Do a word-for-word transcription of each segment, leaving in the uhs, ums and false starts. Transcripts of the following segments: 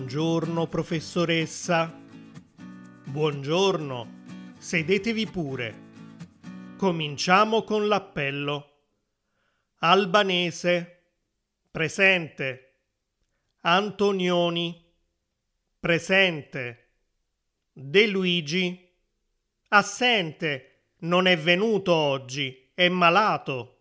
Buongiorno professoressa. Buongiorno, sedetevi pure. Cominciamo con l'appello. Albanese, presente. Antonioni, presente. De Luigi, assente, non è venuto oggi, è malato.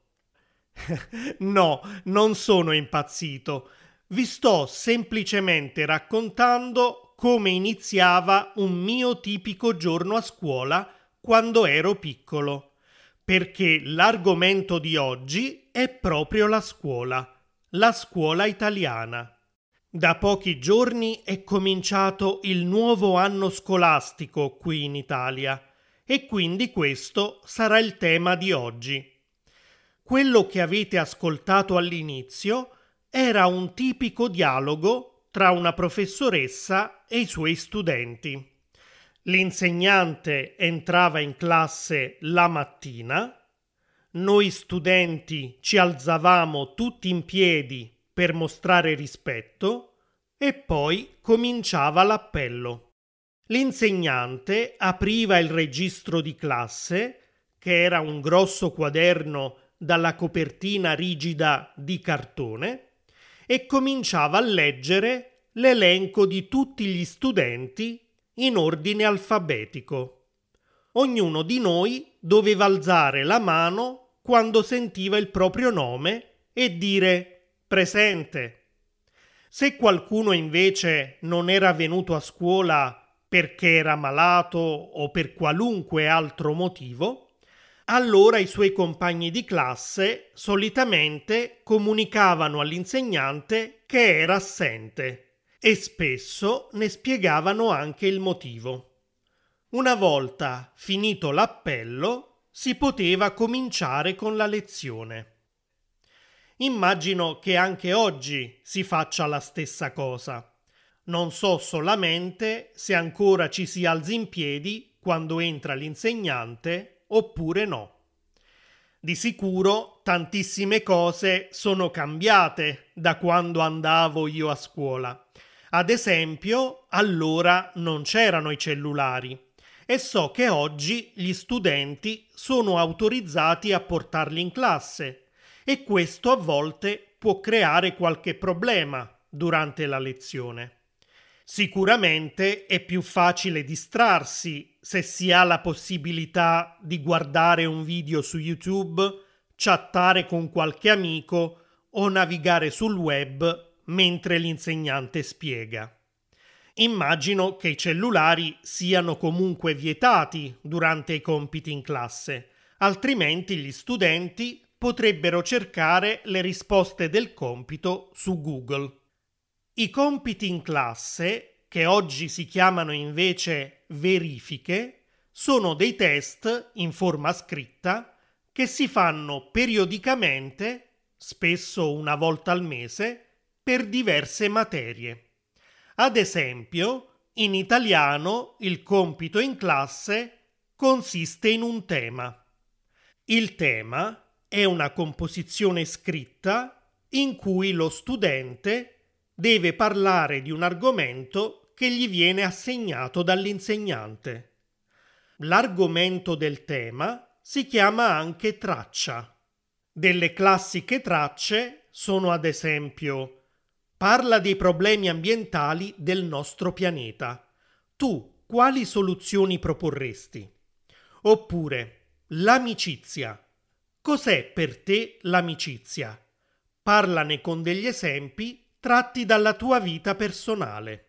No, non sono impazzito. Vi sto semplicemente raccontando come iniziava un mio tipico giorno a scuola quando ero piccolo, perché l'argomento di oggi è proprio la scuola, la scuola italiana. Da pochi giorni è cominciato il nuovo anno scolastico qui in Italia e quindi questo sarà il tema di oggi. Quello che avete ascoltato all'inizio era un tipico dialogo tra una professoressa e i suoi studenti. L'insegnante entrava in classe la mattina, noi studenti ci alzavamo tutti in piedi per mostrare rispetto e poi cominciava l'appello. L'insegnante apriva il registro di classe, che era un grosso quaderno dalla copertina rigida di cartone, e cominciava a leggere l'elenco di tutti gli studenti in ordine alfabetico. Ognuno di noi doveva alzare la mano quando sentiva il proprio nome e dire presente. Se qualcuno invece non era venuto a scuola perché era malato o per qualunque altro motivo, allora i suoi compagni di classe solitamente comunicavano all'insegnante che era assente e spesso ne spiegavano anche il motivo. Una volta finito l'appello, si poteva cominciare con la lezione. Immagino che anche oggi si faccia la stessa cosa. Non so solamente se ancora ci si alzi in piedi quando entra l'insegnante oppure no. Di sicuro tantissime cose sono cambiate da quando andavo io a scuola. Ad esempio, allora non c'erano i cellulari e so che oggi gli studenti sono autorizzati a portarli in classe e questo a volte può creare qualche problema durante la lezione. Sicuramente è più facile distrarsi se si ha la possibilità di guardare un video su YouTube, chattare con qualche amico o navigare sul web mentre l'insegnante spiega. Immagino che i cellulari siano comunque vietati durante i compiti in classe, altrimenti gli studenti potrebbero cercare le risposte del compito su Google. I compiti in classe, che oggi si chiamano invece verifiche, sono dei test in forma scritta che si fanno periodicamente, spesso una volta al mese, per diverse materie. Ad esempio, in italiano il compito in classe consiste in un tema. Il tema è una composizione scritta in cui lo studente deve parlare di un argomento che gli viene assegnato dall'insegnante. L'argomento del tema si chiama anche traccia. Delle classiche tracce sono ad esempio: parla dei problemi ambientali del nostro pianeta. Tu quali soluzioni proporresti? Oppure l'amicizia. Cos'è per te l'amicizia? Parlane con degli esempi tratti dalla tua vita personale.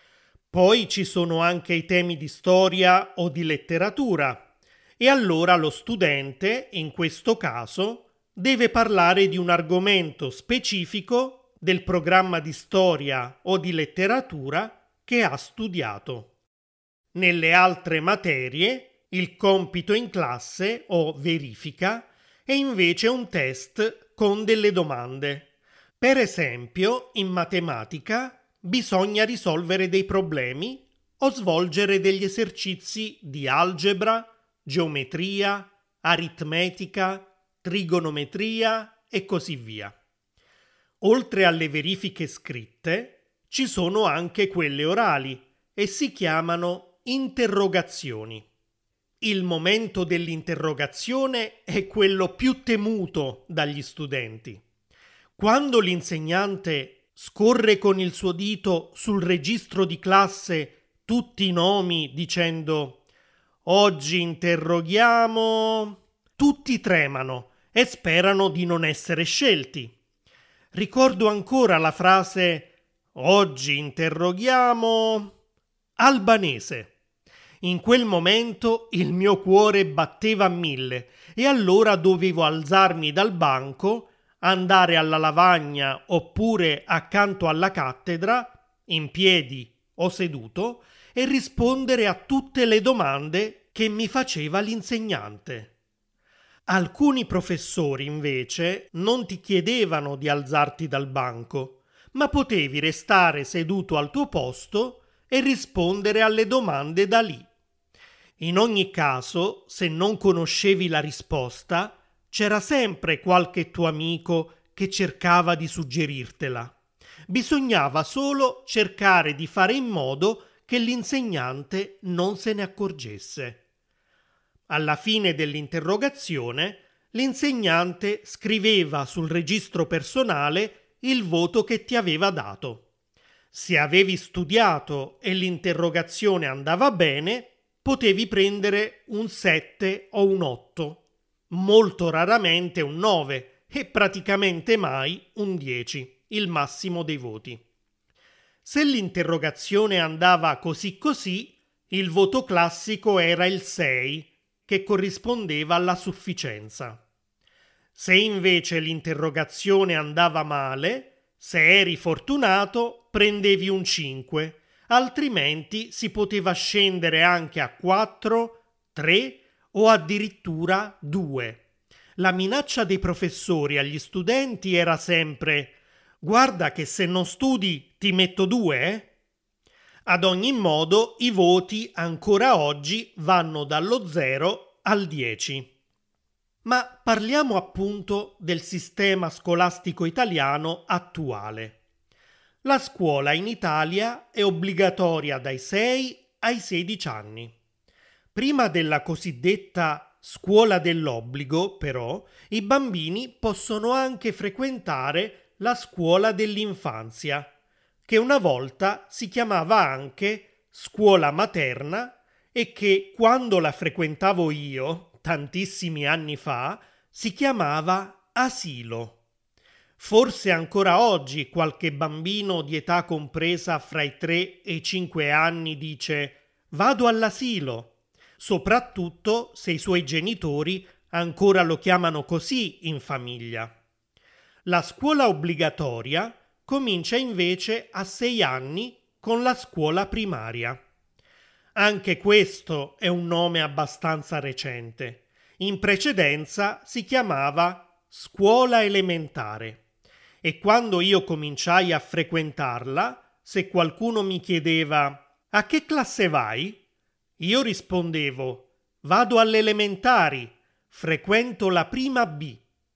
Poi ci sono anche i temi di storia o di letteratura e allora lo studente, in questo caso, deve parlare di un argomento specifico del programma di storia o di letteratura che ha studiato. Nelle altre materie, il compito in classe o verifica è invece un test con delle domande. Per esempio, in matematica bisogna risolvere dei problemi o svolgere degli esercizi di algebra, geometria, aritmetica, trigonometria e così via. Oltre alle verifiche scritte, Ci sono anche quelle orali e si chiamano interrogazioni. Il momento dell'interrogazione è quello più temuto dagli studenti. Quando l'insegnante scorre con il suo dito sul registro di classe tutti i nomi dicendo «Oggi interroghiamo», tutti tremano e sperano di non essere scelti. Ricordo ancora la frase «Oggi interroghiamo albanese». In quel momento il mio cuore batteva a mille e allora dovevo alzarmi dal banco, andare alla lavagna oppure accanto alla cattedra, in piedi o seduto, e rispondere a tutte le domande che mi faceva l'insegnante. Alcuni professori, invece, non ti chiedevano di alzarti dal banco, ma potevi restare seduto al tuo posto e rispondere alle domande da lì. In ogni caso, se non conoscevi la risposta, c'era sempre qualche tuo amico che cercava di suggerirtela. Bisognava solo cercare di fare in modo che l'insegnante non se ne accorgesse. Alla fine dell'interrogazione, l'insegnante scriveva sul registro personale il voto che ti aveva dato. Se avevi studiato e l'interrogazione andava bene, potevi prendere un sette o un otto, molto raramente un nove e praticamente mai un dieci, il massimo dei voti. Se l'interrogazione andava così così, il voto classico era il sei, che corrispondeva alla sufficienza. Se invece l'interrogazione andava male, se eri fortunato, prendevi un cinque, altrimenti si poteva scendere anche a quattro, tre o addirittura due. La minaccia dei professori agli studenti era sempre «Guarda che se non studi ti metto due, eh?» Ad ogni modo, i voti ancora oggi vanno dallo zero al dieci. Ma parliamo appunto del sistema scolastico italiano attuale. La scuola in Italia è obbligatoria dai sei ai sedici anni. Prima della cosiddetta scuola dell'obbligo, però, i bambini possono anche frequentare la scuola dell'infanzia, che una volta si chiamava anche scuola materna e che quando la frequentavo io, tantissimi anni fa, si chiamava asilo. Forse ancora oggi qualche bambino di età compresa fra i tre e i cinque anni dice «Vado all'asilo», soprattutto se i suoi genitori ancora lo chiamano così in famiglia. La scuola obbligatoria comincia invece a sei anni con la scuola primaria. Anche questo è un nome abbastanza recente. In precedenza si chiamava scuola elementare. E quando io cominciai a frequentarla, se qualcuno mi chiedeva «A che classe vai?», io rispondevo «Vado alle elementari, frequento la prima B».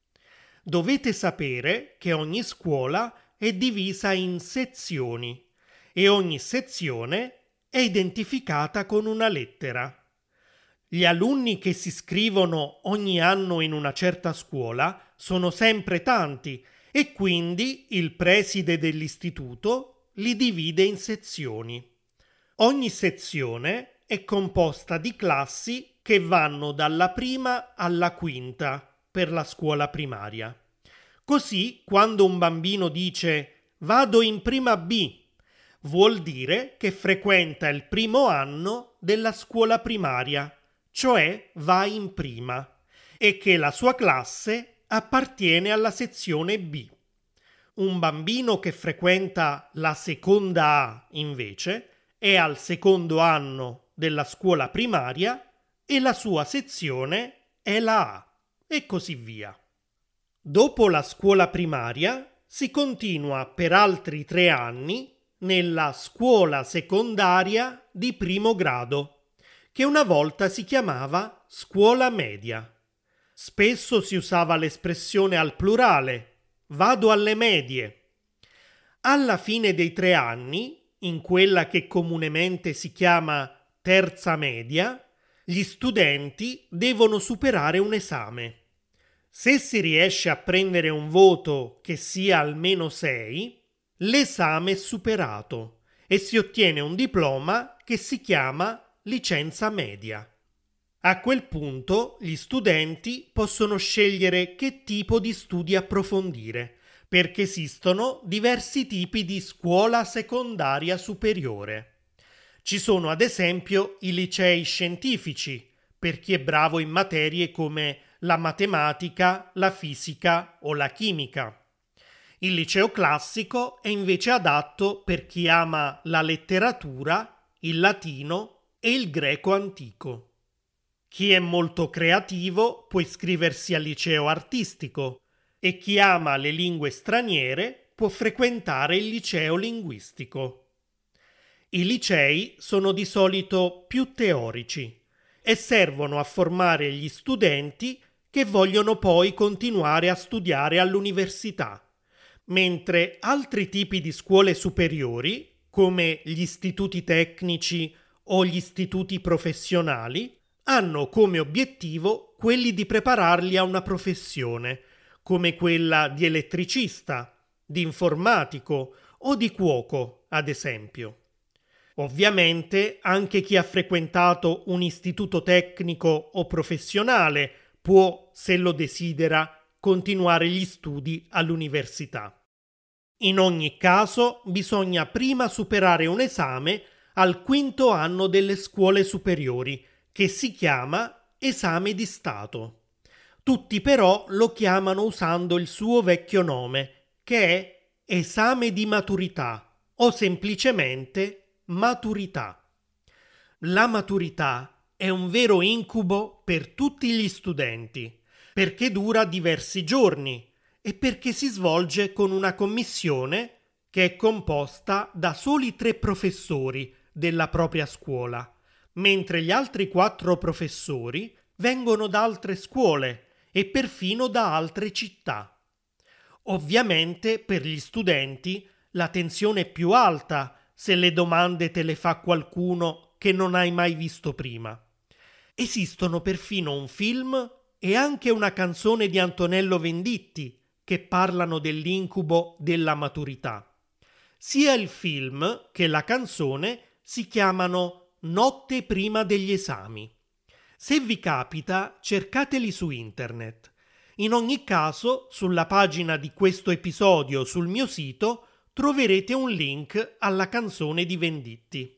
Dovete sapere che ogni scuola è divisa in sezioni e ogni sezione è identificata con una lettera. Gli alunni che si iscrivono ogni anno in una certa scuola sono sempre tanti e quindi il preside dell'istituto li divide in sezioni. Ogni sezione è composta di classi che vanno dalla prima alla quinta per la scuola primaria. Così, quando un bambino dice «vado in prima B», vuol dire che frequenta il primo anno della scuola primaria, cioè va in prima, e che la sua classe appartiene alla sezione B. Un bambino che frequenta la seconda A, invece, è al secondo anno della scuola primaria e la sua sezione è la A, e così via. Dopo la scuola primaria si continua per altri tre anni nella scuola secondaria di primo grado, che una volta si chiamava scuola media. Spesso si usava l'espressione al plurale, vado alle medie. Alla fine dei tre anni, in quella che comunemente si chiama terza media, gli studenti devono superare un esame. Se si riesce a prendere un voto che sia almeno sei, l'esame è superato e si ottiene un diploma che si chiama licenza media. A quel punto gli studenti possono scegliere che tipo di studi approfondire, perché esistono diversi tipi di scuola secondaria superiore. Ci sono ad esempio i licei scientifici, per chi è bravo in materie come la matematica, la fisica o la chimica. Il liceo classico è invece adatto per chi ama la letteratura, il latino e il greco antico. Chi è molto creativo può iscriversi al liceo artistico e chi ama le lingue straniere può frequentare il liceo linguistico. I licei sono di solito più teorici e servono a formare gli studenti che vogliono poi continuare a studiare all'università, mentre altri tipi di scuole superiori, come gli istituti tecnici o gli istituti professionali, hanno come obiettivo quelli di prepararli a una professione, come quella di elettricista, di informatico o di cuoco, ad esempio. Ovviamente anche chi ha frequentato un istituto tecnico o professionale può, se lo desidera, continuare gli studi all'università. In ogni caso bisogna prima superare un esame al quinto anno delle scuole superiori, che si chiama esame di Stato. Tutti però lo chiamano usando il suo vecchio nome, che è esame di maturità o semplicemente maturità. La maturità è un vero incubo per tutti gli studenti, perché dura diversi giorni e perché si svolge con una commissione che è composta da soli tre professori della propria scuola, mentre gli altri quattro professori vengono da altre scuole e perfino da altre città. Ovviamente per gli studenti la tensione è più alta se le domande te le fa qualcuno che non hai mai visto prima. Esistono perfino un film e anche una canzone di Antonello Venditti che parlano dell'incubo della maturità. Sia il film che la canzone si chiamano Notte prima degli esami. Se vi capita, cercateli su internet. In ogni caso, sulla pagina di questo episodio sul mio sito troverete un link alla canzone di Venditti.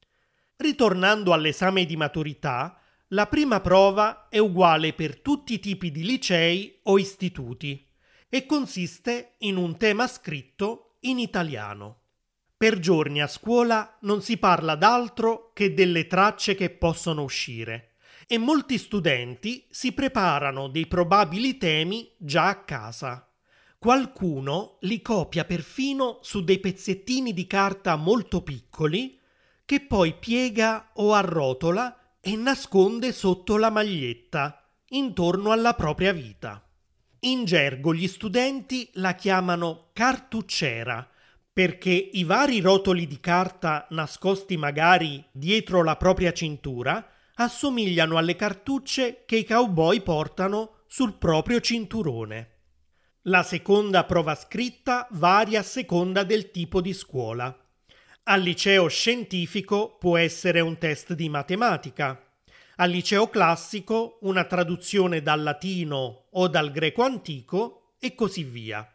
Ritornando all'esame di maturità, la prima prova è uguale per tutti i tipi di licei o istituti e consiste in un tema scritto in italiano. Per giorni a scuola non si parla d'altro che delle tracce che possono uscire e molti studenti si preparano dei probabili temi già a casa. Qualcuno li copia perfino su dei pezzettini di carta molto piccoli che poi piega o arrotola e nasconde sotto la maglietta, intorno alla propria vita. In gergo gli studenti la chiamano cartucciera, perché i vari rotoli di carta nascosti magari dietro la propria cintura assomigliano alle cartucce che i cowboy portano sul proprio cinturone. La seconda prova scritta varia a seconda del tipo di scuola. Al liceo scientifico può essere un test di matematica, al liceo classico una traduzione dal latino o dal greco antico e così via.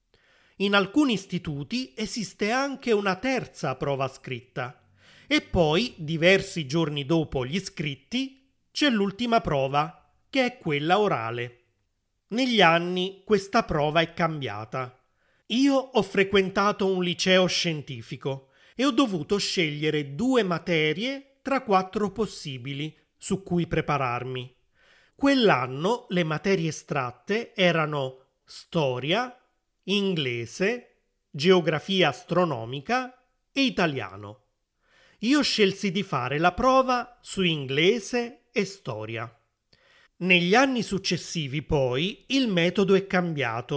In alcuni istituti esiste anche una terza prova scritta e poi, diversi giorni dopo gli scritti, c'è l'ultima prova, che è quella orale. Negli anni questa prova è cambiata. Io ho frequentato un liceo scientifico e ho dovuto scegliere due materie tra quattro possibili su cui prepararmi. Quell'anno le materie estratte erano storia, inglese, geografia astronomica e italiano. Io scelsi di fare la prova su inglese e storia. Negli anni successivi poi il metodo è cambiato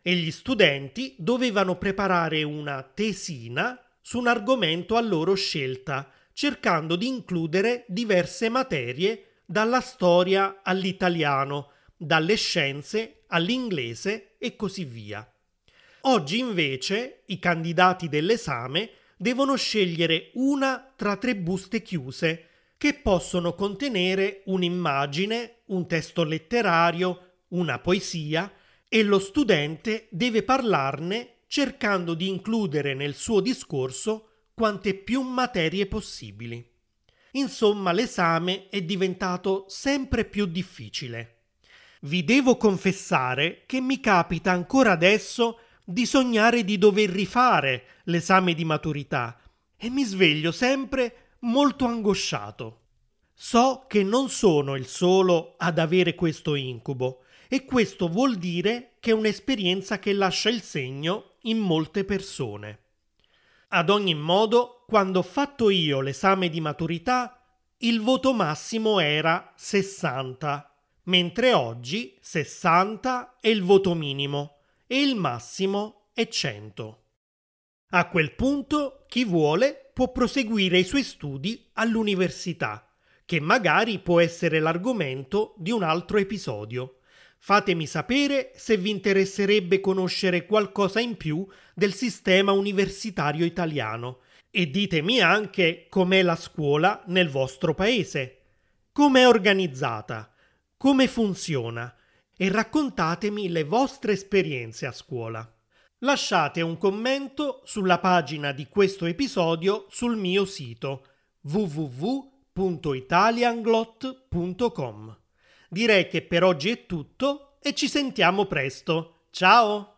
e gli studenti dovevano preparare una tesina su un argomento a loro scelta, cercando di includere diverse materie dalla storia all'italiano, dalle scienze all'inglese e così via. Oggi invece i candidati dell'esame devono scegliere una tra tre buste chiuse che possono contenere un'immagine, un testo letterario, una poesia e lo studente deve parlarne cercando di includere nel suo discorso quante più materie possibili. Insomma, l'esame è diventato sempre più difficile. Vi devo confessare che mi capita ancora adesso di sognare di dover rifare l'esame di maturità e mi sveglio sempre molto angosciato. So che non sono il solo ad avere questo incubo e questo vuol dire che è un'esperienza che lascia il segno in molte persone. Ad ogni modo, quando ho fatto io l'esame di maturità, il voto massimo era sessanta, mentre oggi sessanta è il voto minimo e il massimo è cento. A quel punto chi vuole può proseguire i suoi studi all'università, che magari può essere l'argomento di un altro episodio. Fatemi sapere se vi interesserebbe conoscere qualcosa in più del sistema universitario italiano e ditemi anche com'è la scuola nel vostro paese, com'è organizzata, come funziona e raccontatemi le vostre esperienze a scuola. Lasciate un commento sulla pagina di questo episodio sul mio sito w w w punto italianglot punto com. Direi che per oggi è tutto e ci sentiamo presto. Ciao!